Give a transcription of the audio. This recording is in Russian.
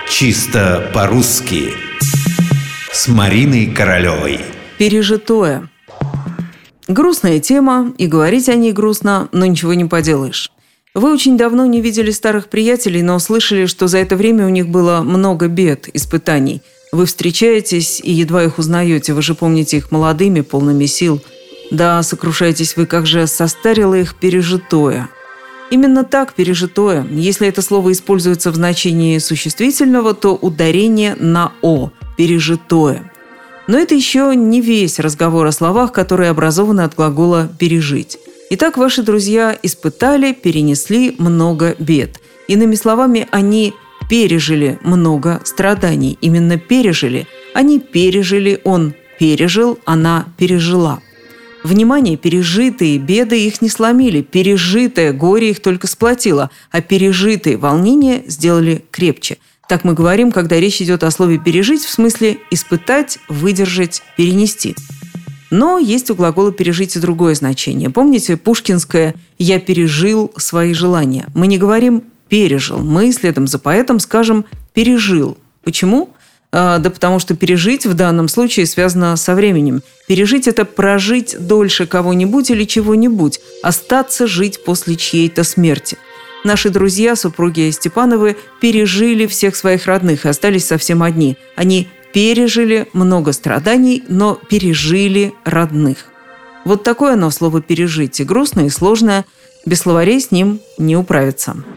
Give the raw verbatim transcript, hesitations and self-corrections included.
Чисто по-русски с Мариной Королевой. Пережитое. Грустная тема, и говорить о ней грустно, но ничего не поделаешь. Вы очень давно не видели старых приятелей, но слышали, что за это время у них было много бед, испытаний. Вы встречаетесь и едва их узнаете, вы же помните их молодыми, полными сил. Да, сокрушаетесь вы, как же состарило их пережитое. Именно так, пережитое. Если это слово используется в значении существительного, то ударение на «о» – пережитое. Но это еще не весь разговор о словах, которые образованы от глагола «пережить». Итак, ваши друзья испытали, перенесли много бед. Иными словами, они пережили много страданий. Именно пережили. Они пережили, он пережил, она пережила. Внимание, пережитые беды их не сломили, пережитое горе их только сплотило, а пережитые волнения сделали крепче. Так мы говорим, когда речь идет о слове «пережить», в смысле испытать, выдержать, перенести. Но есть у глагола «пережить» и другое значение. Помните пушкинское «я пережил свои желания»? Мы не говорим «пережил», мы следом за поэтом скажем «пережил». Почему? А, да потому что пережить в данном случае связано со временем. Пережить – это прожить дольше кого-нибудь или чего-нибудь, остаться жить после чьей-то смерти. Наши друзья, супруги Степановы, пережили всех своих родных и остались совсем одни. Они пережили много страданий, но пережили родных. Вот такое оно слово «пережить». И грустное, и сложное. Без словарей с ним не управиться.